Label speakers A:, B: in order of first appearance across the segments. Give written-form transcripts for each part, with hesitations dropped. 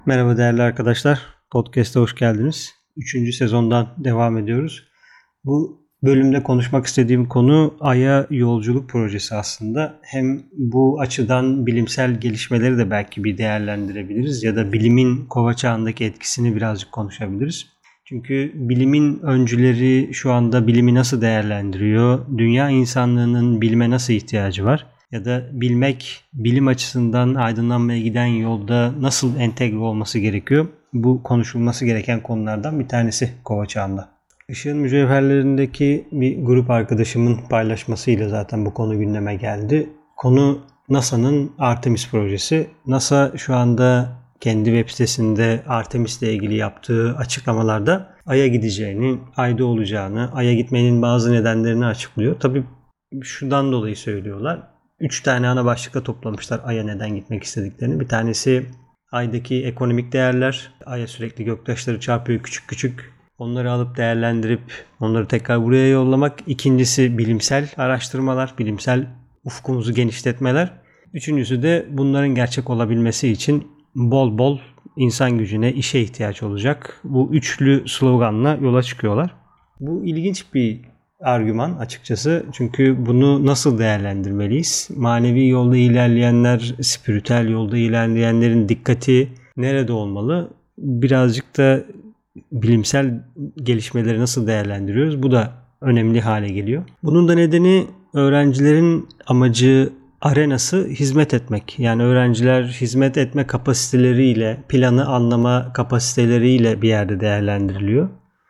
A: Merhaba değerli arkadaşlar. Podcast'a hoş geldiniz. 3. sezondan devam ediyoruz. Bu bölümde konuşmak istediğim konu Ay'a yolculuk projesi aslında. Hem bu açıdan bilimsel gelişmeleri de belki bir değerlendirebiliriz ya da bilimin kova çağındaki etkisini birazcık konuşabiliriz. Çünkü bilimin öncüleri şu anda bilimi nasıl değerlendiriyor? Dünya insanlığının bilime nasıl ihtiyacı var? Ya da bilmek, bilim açısından aydınlanmaya giden yolda nasıl entegre olması gerekiyor? Bu konuşulması gereken konulardan bir tanesi kova çağında. Işığın mücevherlerindeki bir grup arkadaşımın paylaşmasıyla zaten bu konu gündeme geldi. Konu NASA'nın Artemis projesi. NASA şu anda kendi web sitesinde Artemis'le ilgili yaptığı açıklamalarda Ay'a gideceğini, Ay'da olacağını, Ay'a gitmenin bazı nedenlerini açıklıyor. Tabii şundan dolayı söylüyorlar. 3 tane ana başlıkla toplamışlar Ay'a neden gitmek istediklerini. Bir tanesi Ay'daki ekonomik değerler. Ay'a sürekli göktaşları çarpıyor küçük küçük. Onları alıp değerlendirip onları tekrar buraya yollamak. İkincisi bilimsel araştırmalar, bilimsel ufkumuzu genişletmeler. Üçüncüsü de bunların gerçek olabilmesi için bol bol insan gücüne, işe ihtiyaç olacak. Bu üçlü sloganla yola çıkıyorlar. Bu ilginç bir argüman açıkçası. Çünkü bunu nasıl değerlendirmeliyiz? Manevi yolda ilerleyenler, spiritüel yolda ilerleyenlerin dikkati nerede olmalı? Birazcık da bilimsel gelişmeleri nasıl değerlendiriyoruz? Bu da önemli hale geliyor. Bunun da nedeni öğrencilerin amacı, arenası hizmet etmek. Yani öğrenciler hizmet etme kapasiteleriyle, planı anlama kapasiteleriyle bir yerde değerlendiriliyor.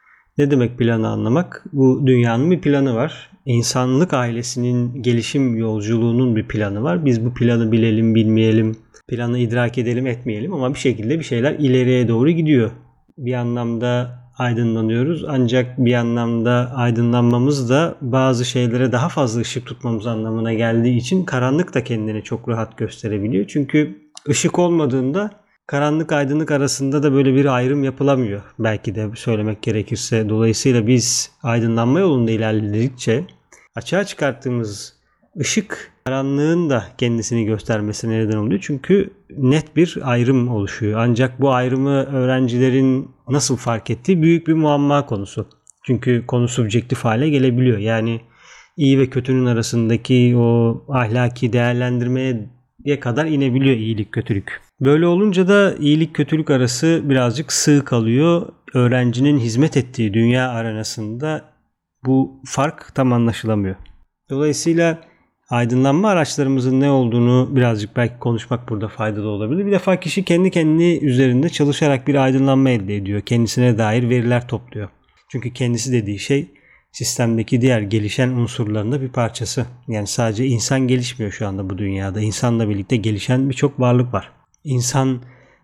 A: Ne demek planı anlamak? Bu dünyanın bir planı var. İnsanlık ailesinin gelişim yolculuğunun bir planı var. Biz bu planı bilelim, bilmeyelim, planı idrak edelim, etmeyelim ama bir şekilde bir şeyler ileriye doğru gidiyor. Bir anlamda aydınlanıyoruz ancak bir anlamda aydınlanmamız da bazı şeylere daha fazla ışık tutmamız anlamına geldiği için karanlık da kendini çok rahat gösterebiliyor. Çünkü ışık olmadığında karanlık aydınlık arasında da böyle bir ayrım yapılamıyor. Belki de söylemek gerekirse. Dolayısıyla biz aydınlanma yolunda ilerledikçe açığa çıkarttığımız ışık karanlığın da kendisini göstermesine neden oluyor. Çünkü net bir ayrım oluşuyor. Ancak bu ayrımı öğrencilerin nasıl fark ettiği büyük bir muamma konusu. Çünkü konu subjektif hale gelebiliyor. Yani iyi ve kötünün arasındaki o ahlaki değerlendirmeye kadar inebiliyor iyilik kötülük. Böyle olunca da iyilik kötülük arası birazcık sığ kalıyor. Öğrencinin hizmet ettiği dünya arenasında bu fark tam anlaşılamıyor. Dolayısıyla aydınlanma araçlarımızın ne olduğunu birazcık belki konuşmak burada faydalı olabilir. Bir defa kişi kendi kendini üzerinde çalışarak bir aydınlanma elde ediyor. Kendisine dair veriler topluyor. Çünkü kendisi dediği şey sistemdeki diğer gelişen unsurların da bir parçası. Yani sadece insan gelişmiyor şu anda bu dünyada. İnsanla birlikte gelişen birçok varlık var. İnsan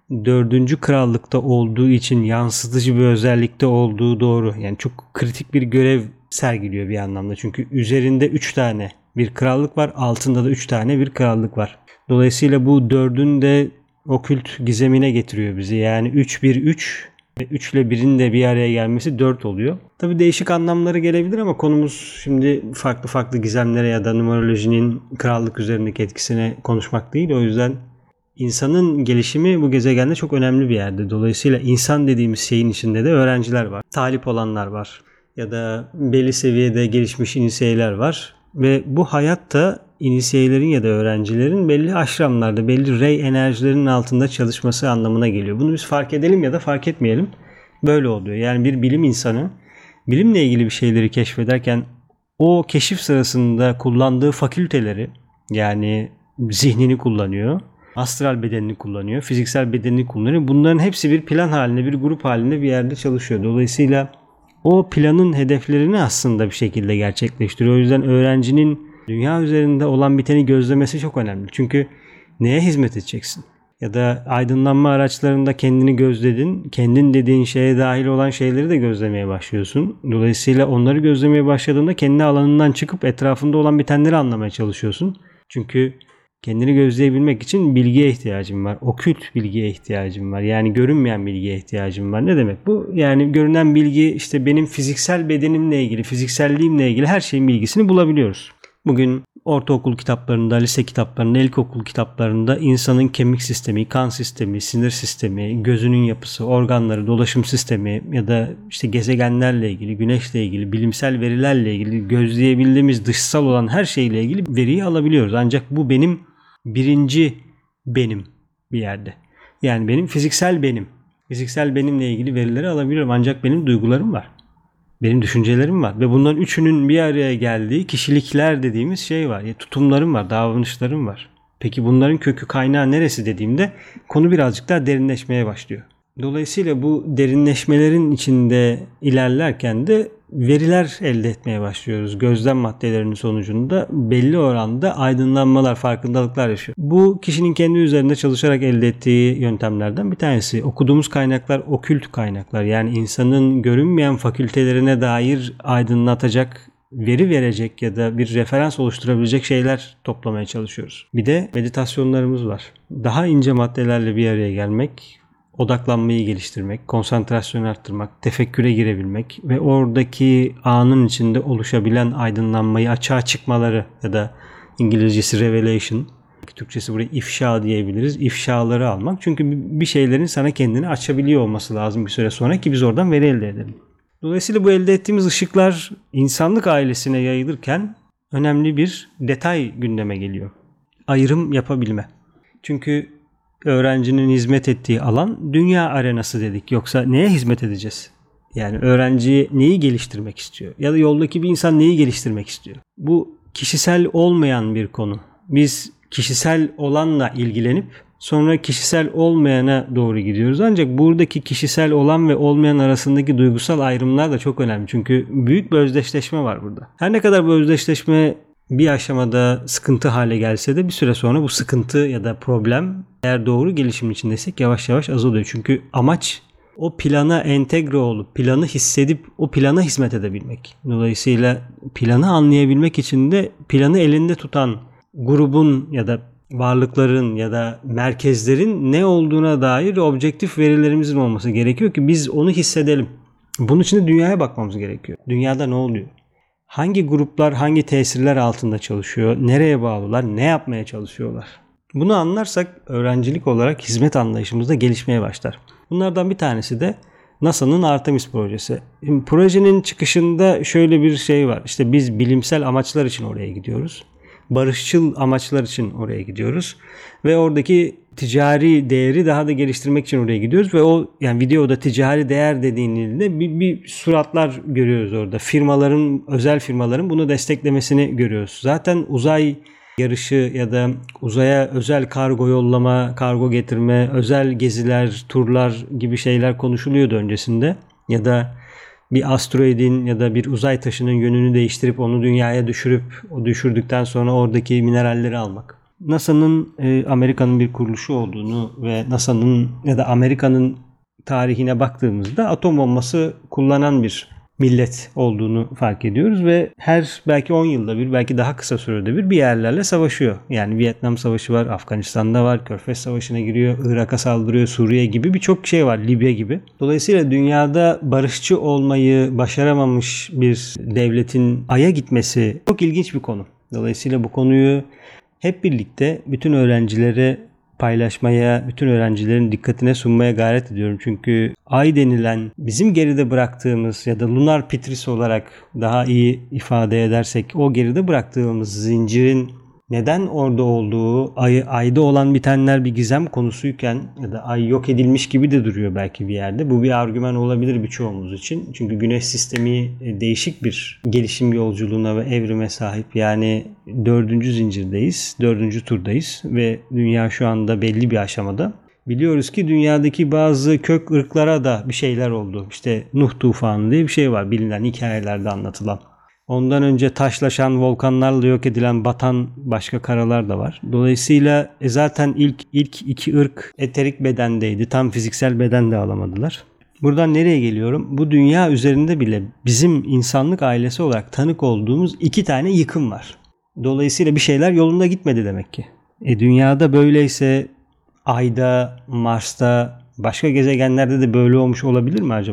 A: 4. krallıkta olduğu için yansıtıcı bir özellikte olduğu doğru. Yani çok kritik bir görev sergiliyor bir anlamda. Çünkü üzerinde 3 tane bir krallık var. Altında da 3 tane bir krallık var. Dolayısıyla bu 4'ün de okült gizemine getiriyor bizi. Yani 3-1-3 ve 3 ile 1'in de bir araya gelmesi 4 oluyor. Tabii değişik anlamları gelebilir ama konumuz şimdi farklı farklı gizemlere ya da numerolojinin krallık üzerindeki etkisine konuşmak değil. O yüzden İnsanın gelişimi bu gezegende çok önemli bir yerde. Dolayısıyla insan dediğimiz şeyin içinde de öğrenciler var. Talip olanlar var. Ya da belli seviyede gelişmiş inisiyeler var. Ve bu hayatta inisiyelerin ya da öğrencilerin belli aşramlarda, belli rey enerjilerinin altında çalışması anlamına geliyor. Bunu biz fark edelim ya da fark etmeyelim. Böyle oluyor. Yani bir bilim insanı bilimle ilgili bir şeyleri keşfederken o keşif sırasında kullandığı fakülteleri, yani zihnini kullanıyor. Astral bedenini kullanıyor, fiziksel bedenini kullanıyor. Bunların hepsi bir plan halinde, bir grup halinde bir yerde çalışıyor. Dolayısıyla o planın hedeflerini aslında bir şekilde gerçekleştiriyor. O yüzden öğrencinin dünya üzerinde olan biteni gözlemesi çok önemli. Çünkü neye hizmet edeceksin? Ya da aydınlanma araçlarında kendini gözledin. Kendin dediğin şeye dahil olan şeyleri de gözlemeye başlıyorsun. Dolayısıyla onları gözlemeye başladığında kendi alanından çıkıp etrafında olan bitenleri anlamaya çalışıyorsun. Çünkü kendini gözleyebilmek için bilgiye ihtiyacım var. Okült bilgiye ihtiyacım var. Yani görünmeyen bilgiye ihtiyacım var. Ne demek bu? Yani görünen bilgi işte benim fiziksel bedenimle ilgili, fizikselliğimle ilgili her şeyin bilgisini bulabiliyoruz. Bugün ortaokul kitaplarında, lise kitaplarında, ilkokul kitaplarında insanın kemik sistemi, kan sistemi, sinir sistemi, gözünün yapısı, organları, dolaşım sistemi ya da işte gezegenlerle ilgili, güneşle ilgili, bilimsel verilerle ilgili, gözleyebildiğimiz dışsal olan her şeyle ilgili veriyi alabiliyoruz. Ancak bu benim birinci benim bir yerde. Yani benim fiziksel benim. Fiziksel benimle ilgili verileri alabiliyorum. Ancak benim duygularım var. Benim düşüncelerim var. Ve bunların üçünün bir araya geldiği kişilikler dediğimiz şey var. Tutumlarım var, davranışlarım var. Peki bunların kökü kaynağı neresi dediğimde konu birazcık daha derinleşmeye başlıyor. Dolayısıyla bu derinleşmelerin içinde ilerlerken de veriler elde etmeye başlıyoruz. Gözlem maddelerinin sonucunda belli oranda aydınlanmalar, farkındalıklar yaşıyor. Bu kişinin kendi üzerinde çalışarak elde ettiği yöntemlerden bir tanesi. Okuduğumuz kaynaklar okült kaynaklar. Yani insanın görünmeyen fakültelerine dair aydınlatacak, veri verecek ya da bir referans oluşturabilecek şeyler toplamaya çalışıyoruz. Bir de meditasyonlarımız var. Daha ince maddelerle bir araya gelmek, odaklanmayı geliştirmek, konsantrasyonu arttırmak, tefekküre girebilmek ve oradaki anın içinde oluşabilen aydınlanmayı, açığa çıkmaları ya da İngilizcesi revelation, Türkçesi buraya ifşa diyebiliriz. İfşaları almak. Çünkü bir şeylerin sana kendini açabiliyor olması lazım bir süre sonra ki biz oradan veri elde edelim. Dolayısıyla bu elde ettiğimiz ışıklar insanlık ailesine yayılırken önemli bir detay gündeme geliyor. Ayrım yapabilme. Çünkü öğrencinin hizmet ettiği alan dünya arenası dedik. Yoksa neye hizmet edeceğiz? Yani öğrenci neyi geliştirmek istiyor? Ya da yoldaki bir insan neyi geliştirmek istiyor? Bu kişisel olmayan bir konu. Biz kişisel olanla ilgilenip sonra kişisel olmayana doğru gidiyoruz. Ancak buradaki kişisel olan ve olmayan arasındaki duygusal ayrımlar da çok önemli. Çünkü büyük bir özdeşleşme var burada. Her ne kadar bu özdeşleşme bir aşamada sıkıntı hale gelse de bir süre sonra bu sıkıntı ya da problem eğer doğru gelişim içindeysek yavaş yavaş azalıyor. Çünkü amaç o plana entegre olup planı hissedip o plana hizmet edebilmek. Dolayısıyla planı anlayabilmek için de planı elinde tutan grubun ya da varlıkların ya da merkezlerin ne olduğuna dair objektif verilerimizin olması gerekiyor ki biz onu hissedelim. Bunun için de dünyaya bakmamız gerekiyor. Dünyada ne oluyor? Hangi gruplar hangi tesirler altında çalışıyor? Nereye bağlılar? Ne yapmaya çalışıyorlar? Bunu anlarsak öğrencilik olarak hizmet anlayışımız da gelişmeye başlar. Bunlardan bir tanesi de NASA'nın Artemis projesi. Projenin çıkışında şöyle bir şey var. İşte biz bilimsel amaçlar için oraya gidiyoruz. Barışçıl amaçlar için oraya gidiyoruz. Ve oradaki ticari değeri daha da geliştirmek için oraya gidiyoruz. Ve o yani videoda ticari değer dediğinde bir suratlar görüyoruz orada. Firmaların, özel firmaların bunu desteklemesini görüyoruz. Zaten uzay yarışı ya da uzaya özel kargo yollama, kargo getirme, özel geziler, turlar gibi şeyler konuşuluyordu öncesinde. Ya da bir asteroidin ya da bir uzay taşının yönünü değiştirip onu dünyaya düşürüp o düşürdükten sonra oradaki mineralleri almak. NASA'nın Amerika'nın bir kuruluşu olduğunu ve NASA'nın ya da Amerika'nın tarihine baktığımızda atom bombası kullanan bir millet olduğunu fark ediyoruz ve her belki 10 yılda bir belki daha kısa sürede bir yerlerle savaşıyor. Yani Vietnam Savaşı var, Afganistan'da var, Körfez Savaşı'na giriyor, Irak'a saldırıyor, Suriye gibi birçok şey var, Libya gibi. Dolayısıyla dünyada barışçı olmayı başaramamış bir devletin Ay'a gitmesi çok ilginç bir konu. Dolayısıyla bu konuyu hep birlikte bütün öğrencilere paylaşmaya, bütün öğrencilerin dikkatine sunmaya gayret ediyorum. Çünkü Ay denilen bizim geride bıraktığımız ya da lunar pitris olarak daha iyi ifade edersek o geride bıraktığımız zincirin neden orada olduğu, ayda olan bitenler bir gizem konusuyken ya da ay yok edilmiş gibi de duruyor belki bir yerde. Bu bir argüman olabilir birçoğumuz için. Çünkü güneş sistemi değişik bir gelişim yolculuğuna ve evrime sahip. Yani 4. zincirdeyiz, 4. turdayız ve dünya şu anda belli bir aşamada. Biliyoruz ki dünyadaki bazı kök ırklara da bir şeyler oldu. İşte Nuh tufanı diye bir şey var bilinen hikayelerde anlatılan. Ondan önce taşlaşan, volkanlarla yok edilen, batan başka karalar da var. Dolayısıyla zaten ilk iki ırk eterik bedendeydi. Tam fiziksel beden de alamadılar. Buradan nereye geliyorum? Bu dünya üzerinde bile bizim insanlık ailesi olarak tanık olduğumuz 2 tane yıkım var. Dolayısıyla bir şeyler yolunda gitmedi demek ki. Dünyada böyleyse Ay'da, Mars'ta, başka gezegenlerde de böyle olmuş olabilir mi acaba?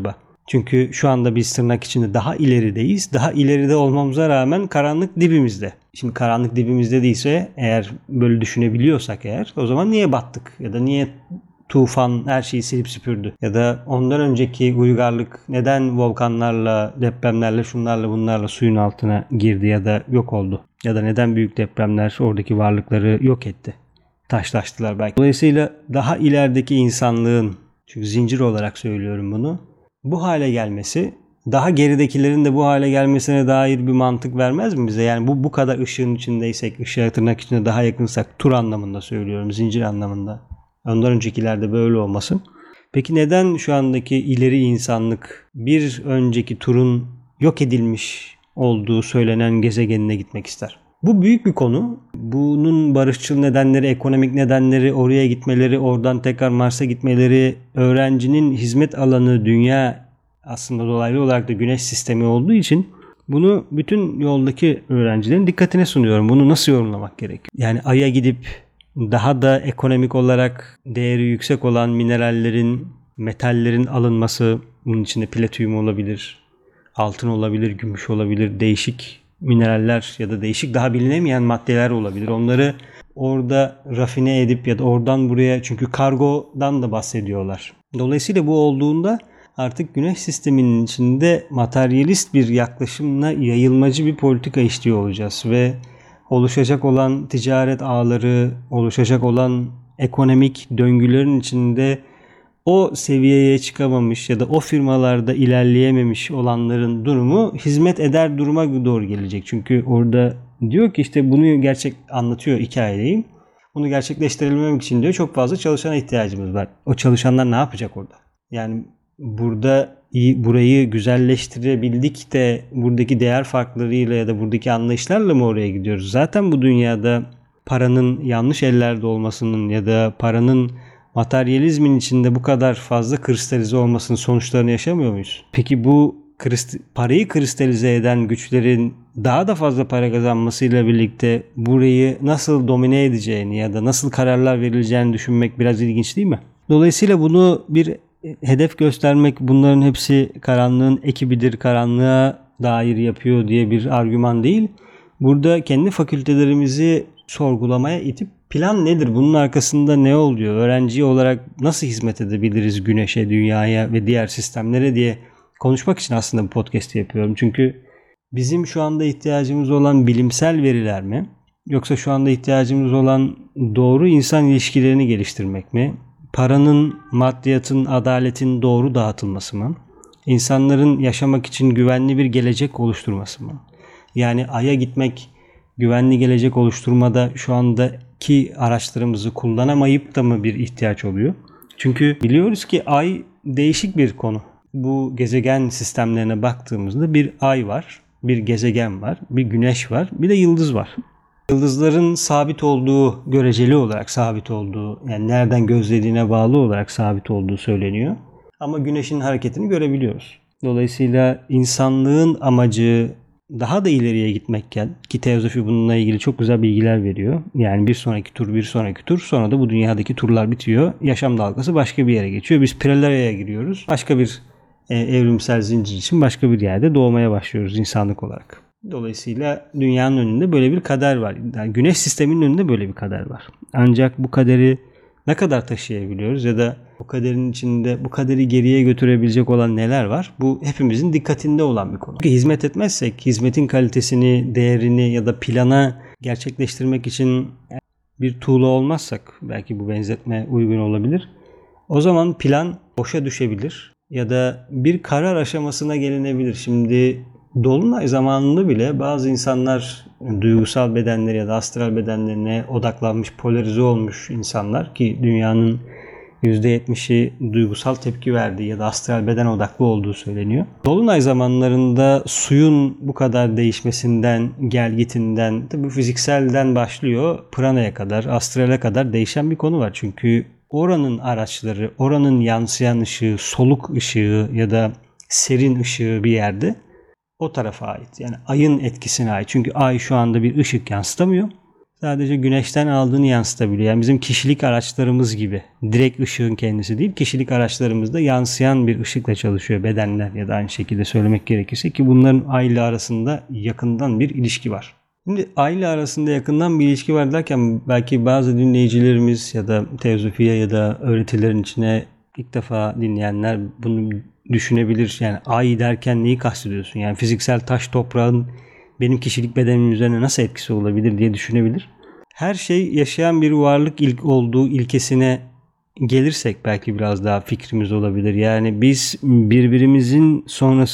A: Çünkü şu anda biz tırnak içinde daha ilerideyiz. Daha ileride olmamıza rağmen karanlık dibimizde. Şimdi karanlık dibimizde değilse, eğer böyle düşünebiliyorsak eğer, o zaman niye battık? Ya da niye tufan her şeyi silip süpürdü? Ya da ondan önceki uygarlık neden volkanlarla, depremlerle, şunlarla bunlarla suyun altına girdi ya da yok oldu? Ya da neden büyük depremler oradaki varlıkları yok etti? Taşlaştılar belki. Dolayısıyla daha ilerideki insanlığın, çünkü zincir olarak söylüyorum bunu, bu hale gelmesi, daha geridekilerin de bu hale gelmesine dair bir mantık vermez mi bize? Yani bu kadar ışığın içindeysek, ışığa tırnak içinde daha yakınsak, tur anlamında söylüyorum, zincir anlamında. Ondan öncekilerde böyle olmasın. Peki neden şu andaki ileri insanlık bir önceki turun yok edilmiş olduğu söylenen gezegenine gitmek ister? Bu büyük bir konu. Bunun barışçıl nedenleri, ekonomik nedenleri, oraya gitmeleri, oradan tekrar Mars'a gitmeleri, öğrencinin hizmet alanı dünya, aslında dolaylı olarak da güneş sistemi olduğu için bunu bütün yoldaki öğrencilerin dikkatine sunuyorum. Bunu nasıl yorumlamak gerekiyor? Yani Ay'a gidip daha da ekonomik olarak değeri yüksek olan minerallerin, metallerin alınması, bunun içinde platinyum olabilir, altın olabilir, gümüş olabilir, değişik mineraller ya da değişik daha bilinemeyen maddeler olabilir. Onları orada rafine edip ya da oradan buraya, çünkü kargodan da bahsediyorlar. Dolayısıyla bu olduğunda artık güneş sisteminin içinde materyalist bir yaklaşımla yayılmacı bir politika işliyor olacağız ve oluşacak olan ticaret ağları, oluşacak olan ekonomik döngülerin içinde o seviyeye çıkamamış ya da o firmalarda ilerleyememiş olanların durumu hizmet eder duruma doğru gelecek. Çünkü orada diyor ki işte bunu anlatıyor hikayeyi. Bunu gerçekleştirebilmek için diyor çok fazla çalışana ihtiyacımız var. O çalışanlar ne yapacak orada? Yani burada burayı güzelleştirebildik de buradaki değer farklarıyla ya da buradaki anlayışlarla mı oraya gidiyoruz? Zaten bu dünyada paranın yanlış ellerde olmasının ya da paranın materyalizmin içinde bu kadar fazla kristalize olmasının sonuçlarını yaşamıyor muyuz? Peki bu parayı kristalize eden güçlerin daha da fazla para kazanmasıyla birlikte burayı nasıl domine edeceğini ya da nasıl kararlar verileceğini düşünmek biraz ilginç değil mi? Dolayısıyla bunu bir hedef göstermek, bunların hepsi karanlığın ekibidir, karanlığa dair yapıyor diye bir argüman değil. Burada kendi fakültelerimizi sorgulamaya itip plan nedir? Bunun arkasında ne oluyor? Öğrenci olarak nasıl hizmet edebiliriz güneşe, dünyaya ve diğer sistemlere diye konuşmak için aslında bu podcast'i yapıyorum. Çünkü bizim şu anda ihtiyacımız olan bilimsel veriler mi? Yoksa şu anda ihtiyacımız olan doğru insan ilişkilerini geliştirmek mi? Paranın, maddiyatın, adaletin doğru dağıtılması mı? İnsanların yaşamak için güvenli bir gelecek oluşturması mı? Yani Ay'a gitmek, güvenli gelecek oluşturmada şu andaki araçlarımızı kullanamayıp da mı bir ihtiyaç oluyor? Çünkü biliyoruz ki Ay değişik bir konu. Bu gezegen sistemlerine baktığımızda bir Ay var, bir gezegen var, bir güneş var, bir de yıldız var. Yıldızların sabit olduğu, göreceli olarak sabit olduğu, yani nereden gözlediğine bağlı olarak sabit olduğu söyleniyor. Ama güneşin hareketini görebiliyoruz. Dolayısıyla insanlığın amacı daha da ileriye gitmekken, ki Teozofi bununla ilgili çok güzel bilgiler veriyor. Yani bir sonraki tur, sonra da bu dünyadaki turlar bitiyor. Yaşam dalgası başka bir yere geçiyor. Biz Prelaria'ya giriyoruz. Başka bir evrimsel zincir için başka bir yerde doğmaya başlıyoruz insanlık olarak. Dolayısıyla dünyanın önünde böyle bir kader var. Yani güneş sisteminin önünde böyle bir kader var. Ancak bu kaderi ne kadar taşıyabiliyoruz ya da bu kaderin içinde bu kaderi geriye götürebilecek olan neler var? Bu hepimizin dikkatinde olan bir konu. Çünkü hizmet etmezsek, hizmetin kalitesini, değerini ya da plana gerçekleştirmek için bir tuğla olmazsak, belki bu benzetme uygun olabilir. O zaman plan boşa düşebilir ya da bir karar aşamasına gelinebilir. Şimdi Dolunay zamanında bile bazı insanlar duygusal bedenleri ya da astral bedenlerine odaklanmış, polarize olmuş insanlar, ki dünyanın %70'i duygusal tepki verdiği ya da astral beden odaklı olduğu söyleniyor. Dolunay zamanlarında suyun bu kadar değişmesinden, gelgitinden, tabii fizikselden başlıyor, pranaya kadar, astrale kadar değişen bir konu var. Çünkü oranın araçları, oranın yansıyan ışığı, soluk ışığı ya da serin ışığı bir yerde o tarafa ait. Yani Ay'ın etkisine ait. Çünkü Ay şu anda bir ışık yansıtamıyor. sadece güneşten aldığını yansıtabiliyor. Yani bizim kişilik araçlarımız gibi. Direkt ışığın kendisi değil, kişilik araçlarımızda yansıyan bir ışıkla çalışıyor bedenler ya da aynı şekilde söylemek gerekirse ki bunların Ay ile arasında yakından bir ilişki var. Şimdi Ay ile arasında yakından bir ilişki var derken belki bazı dinleyicilerimiz ya da teozofiye ya da öğretilerin içine ilk defa dinleyenler bunu düşünebilir. Yani Ay derken neyi kastediyorsun? Yani fiziksel taş toprağın benim kişilik bedenimin üzerine nasıl etkisi olabilir diye düşünebilir. Her şey yaşayan bir varlık olduğu ilkesine gelirsek belki biraz daha fikrimiz olabilir. Yani biz birbirimizin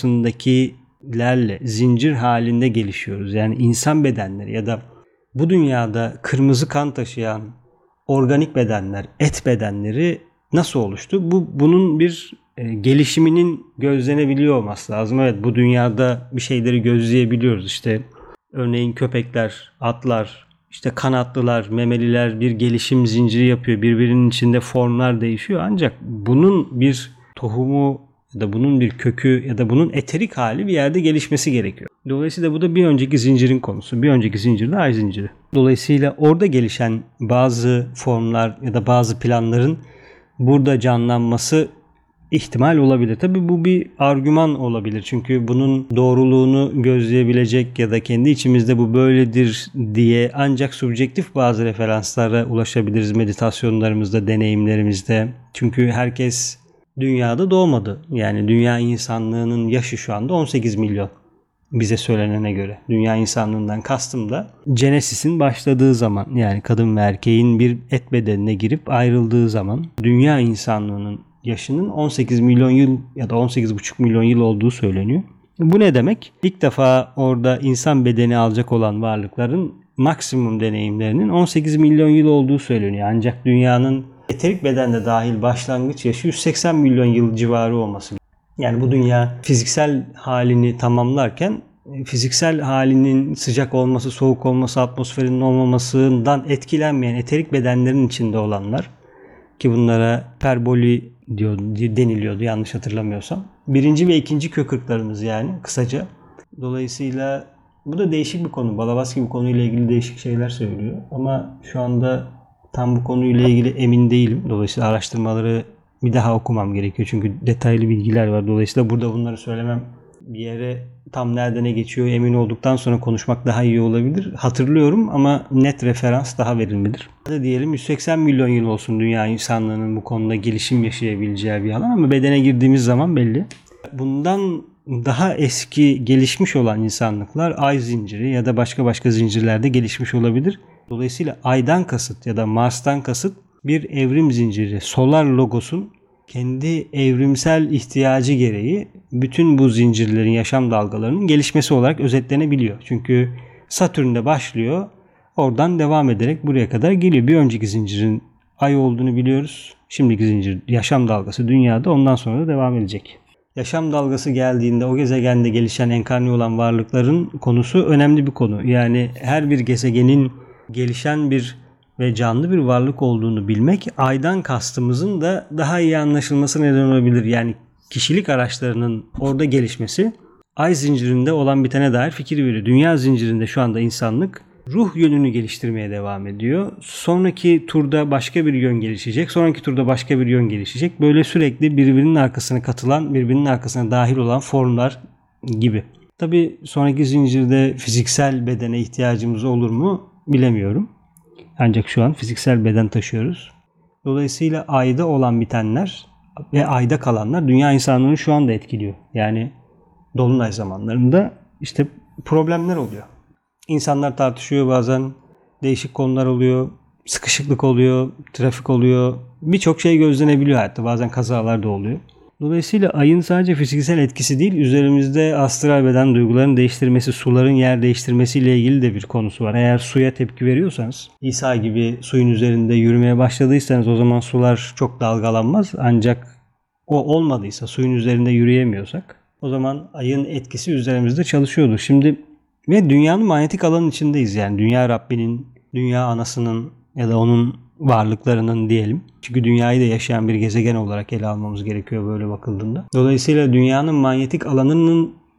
A: sonrasındakilerle zincir halinde gelişiyoruz. Yani insan bedenleri ya da bu dünyada kırmızı kan taşıyan organik bedenler, et bedenleri nasıl oluştu? Bunun bir gelişiminin gözlenebiliyor olması lazım. Evet, bu dünyada bir şeyleri gözleyebiliyoruz. İşte örneğin köpekler, atlar, işte kanatlılar, memeliler bir gelişim zinciri yapıyor. Birbirinin içinde formlar değişiyor. Ancak bunun bir tohumu ya da bunun bir kökü ya da bunun eterik hali bir yerde gelişmesi gerekiyor. Dolayısıyla bu da bir önceki zincirin konusu. Bir önceki zincir de Ay zinciri. Dolayısıyla orada gelişen bazı formlar ya da bazı planların burada canlanması ihtimal olabilir. Tabii bu bir argüman olabilir. Çünkü bunun doğruluğunu gözleyebilecek ya da kendi içimizde bu böyledir diye ancak subjektif bazı referanslara ulaşabiliriz meditasyonlarımızda, deneyimlerimizde. Çünkü herkes dünyada doğmadı. Yani dünya insanlığının yaşı şu anda 18 milyon. Bize söylenene göre. Dünya insanlığından kastım da Genesis'in başladığı zaman, yani kadın ve erkeğin bir et bedenine girip ayrıldığı zaman dünya insanlığının yaşının 18 milyon yıl ya da 18,5 milyon yıl olduğu söyleniyor. Bu ne demek? İlk defa orada insan bedeni alacak olan varlıkların maksimum deneyimlerinin 18 milyon yıl olduğu söyleniyor. Ancak dünyanın eterik bedende dahil başlangıç yaşı 180 milyon yıl civarı olması. Yani bu dünya fiziksel halini tamamlarken fiziksel halinin sıcak olması, soğuk olması, atmosferinin olmamasından etkilenmeyen eterik bedenlerin içinde olanlar ki bunlara perboli deniliyordu yanlış hatırlamıyorsam. Birinci ve ikinci kök ırklarımız yani kısaca. Dolayısıyla bu da değişik bir konu. Blavatsky bu konuyla ilgili değişik şeyler söylüyor. Ama şu anda tam bu konuyla ilgili emin değilim. Dolayısıyla araştırmaları bir daha okumam gerekiyor. Çünkü detaylı bilgiler var. Dolayısıyla burada bunları söylemem bir yere tam nerede ne geçiyor emin olduktan sonra konuşmak daha iyi olabilir. Hatırlıyorum ama net referans daha verilmedir. Diyelim 180 milyon yıl olsun dünya insanlığının bu konuda gelişim yaşayabileceği bir alan ama bedene girdiğimiz zaman belli. Bundan daha eski gelişmiş olan insanlıklar Ay zinciri ya da başka zincirlerde gelişmiş olabilir. Dolayısıyla Ay'dan kasıt ya da Mars'tan kasıt bir evrim zinciri. Solar Logos'un kendi evrimsel ihtiyacı gereği bütün bu zincirlerin yaşam dalgalarının gelişmesi olarak özetlenebiliyor. Çünkü Satürn'de başlıyor, oradan devam ederek buraya kadar geliyor. Bir önceki zincirin Ay olduğunu biliyoruz. Şimdiki zincir yaşam dalgası dünyada, ondan sonra da devam edecek. Yaşam dalgası geldiğinde o gezegende gelişen enkarni olan varlıkların konusu önemli bir konu. Yani her bir gezegenin gelişen bir ve canlı bir varlık olduğunu bilmek Ay'dan kastımızın da daha iyi anlaşılması neden olabilir. Yani kişilik araçlarının orada gelişmesi Ay zincirinde olan bitene dair fikir veriyor. Dünya zincirinde şu anda insanlık ruh yönünü geliştirmeye devam ediyor. Sonraki turda başka bir yön gelişecek. Sonraki turda başka bir yön gelişecek. Böyle sürekli birbirinin arkasına katılan, birbirinin arkasına dahil olan formlar gibi. Tabii sonraki zincirde fiziksel bedene ihtiyacımız olur mu bilemiyorum. Ancak şu an fiziksel beden taşıyoruz. Dolayısıyla Ay'da olan bitenler ve Ay'da kalanlar dünya insanlığını şu anda etkiliyor. Yani dolunay zamanlarında işte problemler oluyor. İnsanlar tartışıyor, bazen değişik konular oluyor, sıkışıklık oluyor, trafik oluyor. Birçok şey gözlenebiliyor hatta, bazen kazalar da oluyor. Dolayısıyla Ay'ın sadece fiziksel etkisi değil, üzerimizde astral beden duygularını değiştirmesi, suların yer değiştirmesiyle ilgili de bir konusu var. Eğer suya tepki veriyorsanız, İsa gibi suyun üzerinde yürümeye başladıysanız o zaman sular çok dalgalanmaz. Ancak o olmadıysa, suyun üzerinde yürüyemiyorsak o zaman Ay'ın etkisi üzerimizde çalışıyordur. Şimdi ve dünyanın manyetik alanın içindeyiz. Yani dünya Rabbinin, dünya anasının ya da onun varlıklarının diyelim. Çünkü dünyayı da yaşayan bir gezegen olarak ele almamız gerekiyor böyle bakıldığında. Dolayısıyla dünyanın manyetik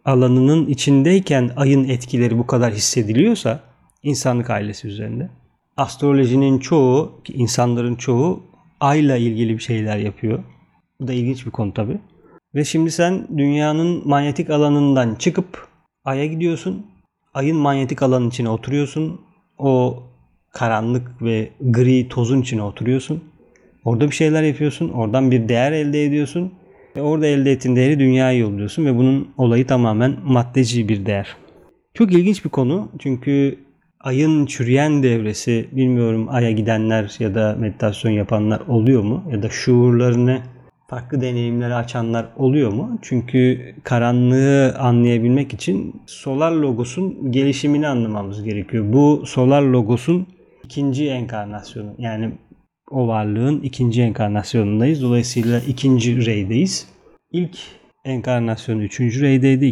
A: alanının içindeyken Ay'ın etkileri bu kadar hissediliyorsa insanlık ailesi üzerinde astrolojinin çoğu, insanların çoğu ayla ilgili bir şeyler yapıyor. Bu da ilginç bir konu tabii. Ve şimdi sen dünyanın manyetik alanından çıkıp aya gidiyorsun. Ayın manyetik alanın içine oturuyorsun. O karanlık ve gri tozun içine oturuyorsun. Orada bir şeyler yapıyorsun. Oradan bir değer elde ediyorsun. Ve orada elde ettiğin değeri dünyaya yolluyorsun. Ve bunun olayı tamamen maddeci bir değer. Çok ilginç bir konu. Çünkü ayın çürüyen devresi, bilmiyorum aya gidenler ya da meditasyon yapanlar oluyor mu? Ya da şuurlarını farklı deneyimlere açanlar oluyor mu? Çünkü karanlığı anlayabilmek için solar logosun gelişimini anlamamız gerekiyor. Bu solar logosun ikinci enkarnasyonu. Yani o varlığın ikinci enkarnasyonundayız. Dolayısıyla ikinci reydeyiz. İlk enkarnasyonu üçüncü reydeydi.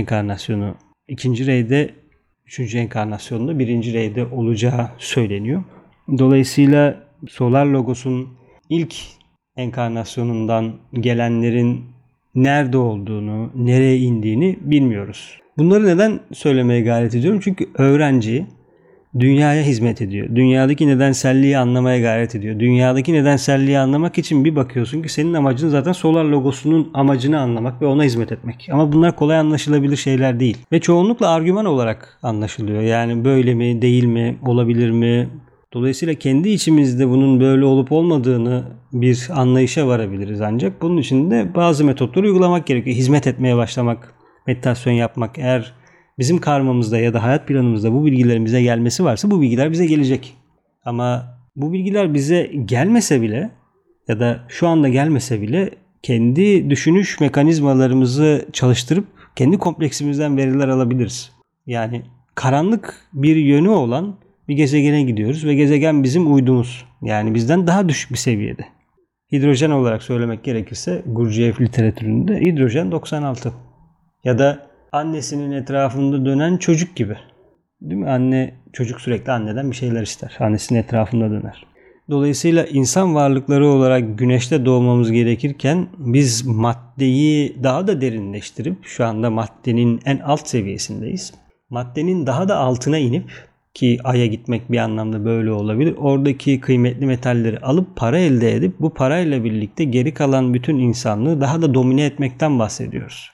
A: İkinci reyde üçüncü enkarnasyonunda birinci reyde olacağı söyleniyor. Dolayısıyla solar logosun ilk enkarnasyonundan gelenlerin nerede olduğunu, nereye indiğini bilmiyoruz. Bunları neden söylemeye gayret ediyorum? Çünkü öğrenci dünyaya hizmet ediyor. Dünyadaki nedenselliği anlamaya gayret ediyor. Dünyadaki nedenselliği anlamak için bir bakıyorsun ki senin amacın zaten solar logosunun amacını anlamak ve ona hizmet etmek. Ama bunlar kolay anlaşılabilir şeyler değil. Ve çoğunlukla argüman olarak anlaşılıyor. Yani böyle mi, değil mi, olabilir mi? Dolayısıyla kendi içimizde bunun böyle olup olmadığını bir anlayışa varabiliriz ancak. Bunun için de bazı metotları uygulamak gerekiyor. Hizmet etmeye başlamak, meditasyon yapmak. Eğer bizim karmamızda ya da hayat planımızda bu bilgilerin bize gelmesi varsa bu bilgiler bize gelecek. Ama bu bilgiler bize gelmese bile ya da şu anda gelmese bile kendi düşünüş mekanizmalarımızı çalıştırıp kendi kompleksimizden veriler alabiliriz. Yani karanlık bir yönü olan bir gezegene gidiyoruz ve gezegen bizim uydumuz. Yani bizden daha düşük bir seviyede. Hidrojen olarak söylemek gerekirse Gurdjieff literatüründe hidrojen 96. Ya da annesinin etrafında dönen çocuk gibi. Değil mi? Çocuk sürekli anneden bir şeyler ister. Annesinin etrafında döner. Dolayısıyla insan varlıkları olarak güneşte doğmamız gerekirken biz maddeyi daha da derinleştirip şu anda maddenin en alt seviyesindeyiz. Maddenin daha da altına inip ki Ay'a gitmek bir anlamda böyle olabilir. Oradaki kıymetli metalleri alıp para elde edip bu parayla birlikte geri kalan bütün insanlığı daha da domine etmekten bahsediyoruz.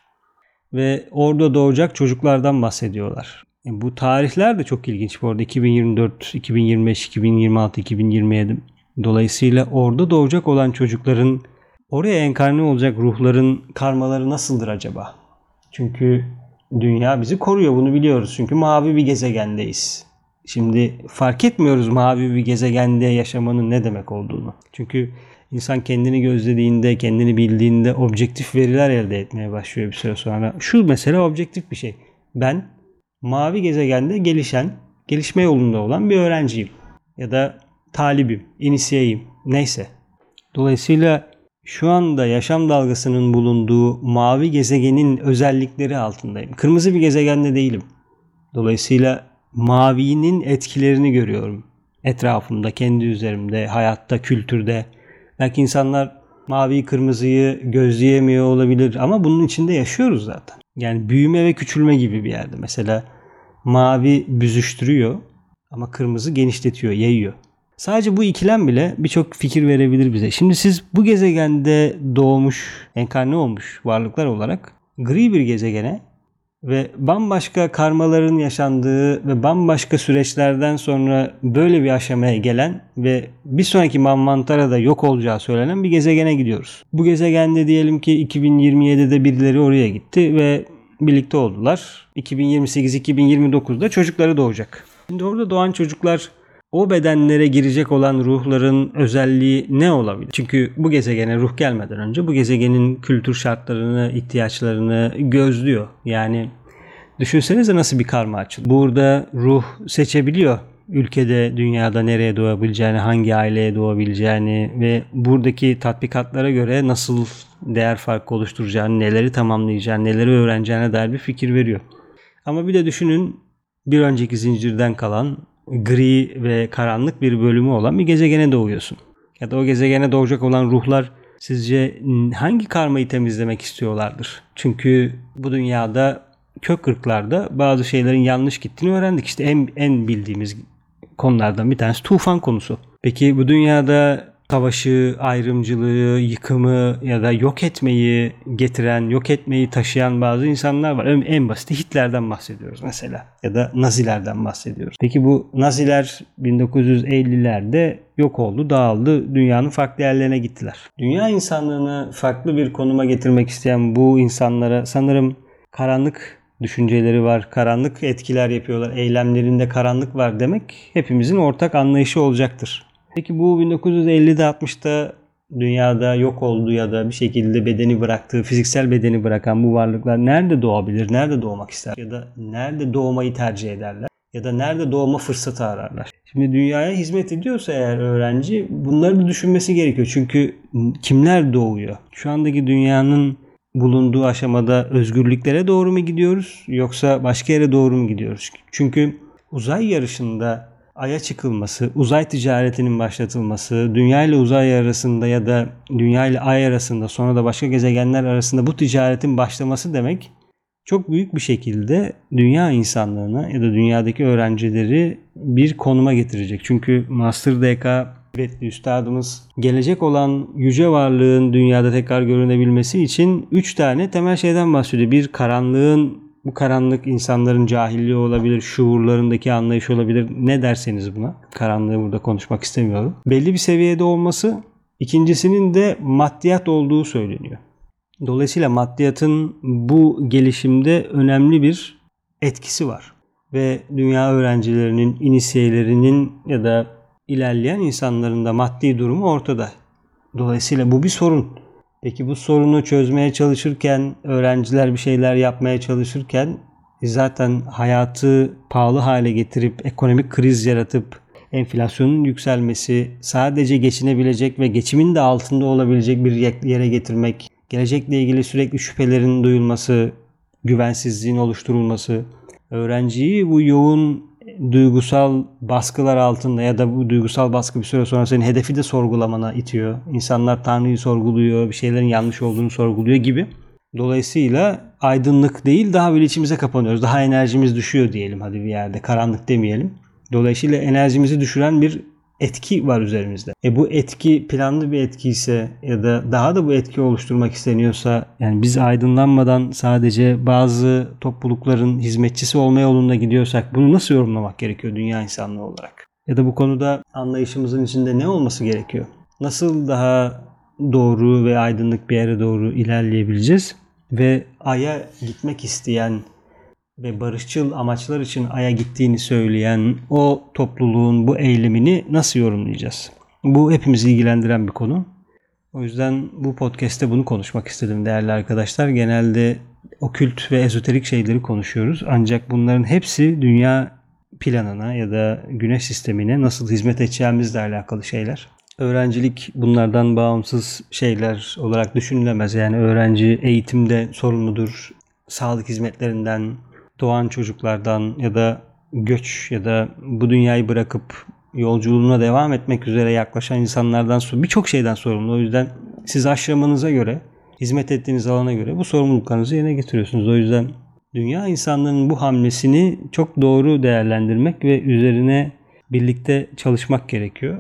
A: Ve orada doğacak çocuklardan bahsediyorlar. Bu tarihler de çok ilginç bu arada. 2024, 2025, 2026, 2027. Dolayısıyla orada doğacak olan çocukların oraya enkarne olacak ruhların karmaları nasıldır acaba? Çünkü dünya bizi koruyor, bunu biliyoruz. Çünkü mavi bir gezegendeyiz. Şimdi fark etmiyoruz mavi bir gezegende yaşamanın ne demek olduğunu. Çünkü insan kendini gözlediğinde, kendini bildiğinde objektif veriler elde etmeye başlıyor bir süre sonra. Şu mesela objektif bir şey. Ben mavi gezegende gelişme yolunda olan bir öğrenciyim. Ya da talibim, inisiyeyim, neyse. Dolayısıyla şu anda yaşam dalgasının bulunduğu mavi gezegenin özellikleri altındayım. Kırmızı bir gezegende değilim. Dolayısıyla mavinin etkilerini görüyorum. Etrafımda, kendi üzerimde, hayatta, kültürde. Belki insanlar maviyi, kırmızıyı gözleyemiyor olabilir ama bunun içinde yaşıyoruz zaten. Yani büyüme ve küçülme gibi bir yerde. Mesela mavi büzüştürüyor ama kırmızı genişletiyor, yayıyor. Sadece bu ikilem bile birçok fikir verebilir bize. Şimdi siz bu gezegende doğmuş, enkarne olmuş varlıklar olarak gri bir gezegene ve bambaşka karmaların yaşandığı ve bambaşka süreçlerden sonra böyle bir aşamaya gelen ve bir sonraki Manvantara'da yok olacağı söylenen bir gezegene gidiyoruz. Bu gezegende diyelim ki 2027'de birileri oraya gitti ve birlikte oldular. 2028-2029'da çocukları doğacak. Şimdi orada doğan çocuklar o bedenlere girecek olan ruhların özelliği ne olabilir? Çünkü bu gezegene ruh gelmeden önce bu gezegenin kültür şartlarını, ihtiyaçlarını gözlüyor. Yani düşünsenize nasıl bir karma açılıyor. Burada ruh seçebiliyor. Ülkede, dünyada nereye doğabileceğini, hangi aileye doğabileceğini ve buradaki tatbikatlara göre nasıl değer farkı oluşturacağını, neleri tamamlayacağını, neleri öğreneceğine dair bir fikir veriyor. Ama bir de düşünün bir önceki zincirden kalan gri ve karanlık bir bölümü olan bir gezegene doğuyorsun. Ya da o gezegene doğacak olan ruhlar sizce hangi karmayı temizlemek istiyorlardır? Çünkü bu dünyada kök kırklarda bazı şeylerin yanlış gittiğini öğrendik. İşte en bildiğimiz konulardan bir tanesi tufan konusu. Peki bu dünyada savaşı, ayrımcılığı, yıkımı ya da yok etmeyi getiren, yok etmeyi taşıyan bazı insanlar var. En basiti Hitler'den bahsediyoruz mesela ya da Nazilerden bahsediyoruz. Peki bu Naziler 1950'lerde yok oldu, dağıldı, dünyanın farklı yerlerine gittiler. Dünya insanlığını farklı bir konuma getirmek isteyen bu insanlara sanırım karanlık düşünceleri var, karanlık etkiler yapıyorlar, eylemlerinde karanlık var demek hepimizin ortak anlayışı olacaktır. Peki bu 1950'de 60'ta dünyada yok olduğu ya da bir şekilde bedeni bıraktığı, fiziksel bedeni bırakan bu varlıklar nerede doğabilir, nerede doğmak ister ya da nerede doğmayı tercih ederler ya da nerede doğma fırsatı ararlar. Şimdi dünyaya hizmet ediyorsa eğer öğrenci bunları da düşünmesi gerekiyor. Çünkü kimler doğuyor? Şu andaki dünyanın bulunduğu aşamada özgürlüklere doğru mu gidiyoruz yoksa başka yere doğru mu gidiyoruz? Çünkü uzay yarışında Ay'a çıkılması, uzay ticaretinin başlatılması, dünya ile uzay arasında ya da dünya ile Ay arasında sonra da başka gezegenler arasında bu ticaretin başlaması demek çok büyük bir şekilde dünya insanlığına ya da dünyadaki öğrencileri bir konuma getirecek. Çünkü Master DK kıymetli üstadımız gelecek olan yüce varlığın dünyada tekrar görünebilmesi için 3 tane temel şeyden bahsediyor. Bir, bu karanlık insanların cahilliği olabilir, şuurlarındaki anlayış olabilir. Ne derseniz buna. Karanlığı burada konuşmak istemiyorum. Belli bir seviyede olması, ikincisinin de maddiyat olduğu söyleniyor. Dolayısıyla maddiyatın bu gelişimde önemli bir etkisi var. Ve dünya öğrencilerinin, inisiyelerinin ya da ilerleyen insanların da maddi durumu ortada. Dolayısıyla bu bir sorun. Peki bu sorunu çözmeye çalışırken, öğrenciler bir şeyler yapmaya çalışırken zaten hayatı pahalı hale getirip, ekonomik kriz yaratıp, enflasyonun yükselmesi, sadece geçinebilecek ve geçimin de altında olabilecek bir yere getirmek, gelecekle ilgili sürekli şüphelerin duyulması, güvensizliğin oluşturulması, öğrenciyi bu yoğun duygusal baskılar altında ya da bu duygusal baskı bir süre sonra senin hedefi de sorgulamana itiyor. İnsanlar Tanrı'yı sorguluyor, bir şeylerin yanlış olduğunu sorguluyor gibi. Dolayısıyla aydınlık değil, daha böyle içimize kapanıyoruz. Daha enerjimiz düşüyor diyelim, hadi bir yerde. Karanlık demeyelim. Dolayısıyla enerjimizi düşüren bir etki var üzerimizde. Bu etki planlı bir etki ise ya da daha da bu etki oluşturmak isteniyorsa, yani biz aydınlanmadan sadece bazı toplulukların hizmetçisi olma yolunda gidiyorsak bunu nasıl yorumlamak gerekiyor dünya insanlığı olarak? Ya da bu konuda anlayışımızın içinde ne olması gerekiyor? Nasıl daha doğru ve aydınlık bir yere doğru ilerleyebileceğiz? Ve Ay'a gitmek isteyen ve barışçıl amaçlar için Ay'a gittiğini söyleyen o topluluğun bu eylemini nasıl yorumlayacağız? Bu hepimizi ilgilendiren bir konu. O yüzden bu podcast'te bunu konuşmak istedim değerli arkadaşlar. Genelde okült ve ezoterik şeyleri konuşuyoruz. Ancak bunların hepsi dünya planına ya da güneş sistemine nasıl hizmet edeceğimizle alakalı şeyler. Öğrencilik bunlardan bağımsız şeyler olarak düşünülemez. Yani öğrenci eğitimde sorumludur. Sağlık hizmetlerinden, doğan çocuklardan ya da göç ya da bu dünyayı bırakıp yolculuğuna devam etmek üzere yaklaşan insanlardan birçok şeyden sorumlu. O yüzden siz aşramanıza göre, hizmet ettiğiniz alana göre bu sorumluluklarınızı yerine getiriyorsunuz. O yüzden dünya insanlığının bu hamlesini çok doğru değerlendirmek ve üzerine birlikte çalışmak gerekiyor.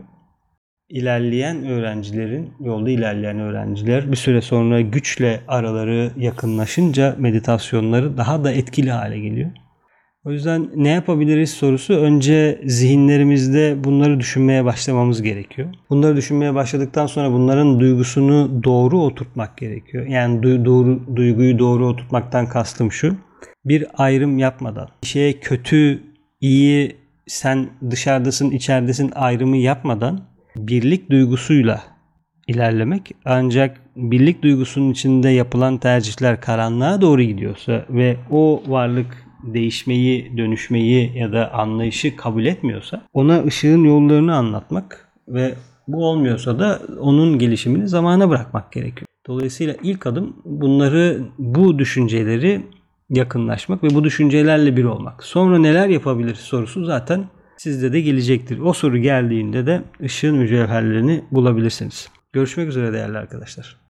A: Yolda ilerleyen öğrenciler bir süre sonra güçle araları yakınlaşınca meditasyonları daha da etkili hale geliyor. O yüzden ne yapabiliriz sorusu, önce zihinlerimizde bunları düşünmeye başlamamız gerekiyor. Bunları düşünmeye başladıktan sonra bunların duygusunu doğru oturtmak gerekiyor. Yani duyguyu doğru oturtmaktan kastım şu: bir ayrım yapmadan, bir şeye kötü, iyi, sen dışarıdasın, içeridesin ayrımı yapmadan birlik duygusuyla ilerlemek. Ancak birlik duygusunun içinde yapılan tercihler karanlığa doğru gidiyorsa ve o varlık değişmeyi, dönüşmeyi ya da anlayışı kabul etmiyorsa ona ışığın yollarını anlatmak ve bu olmuyorsa da onun gelişimini zamana bırakmak gerekiyor. Dolayısıyla ilk adım bu düşünceleri yakınlaşmak ve bu düşüncelerle bir olmak. Sonra neler yapabilir sorusu zaten sizde de gelecektir. O soru geldiğinde de ışığın mücevherlerini bulabilirsiniz. Görüşmek üzere değerli arkadaşlar.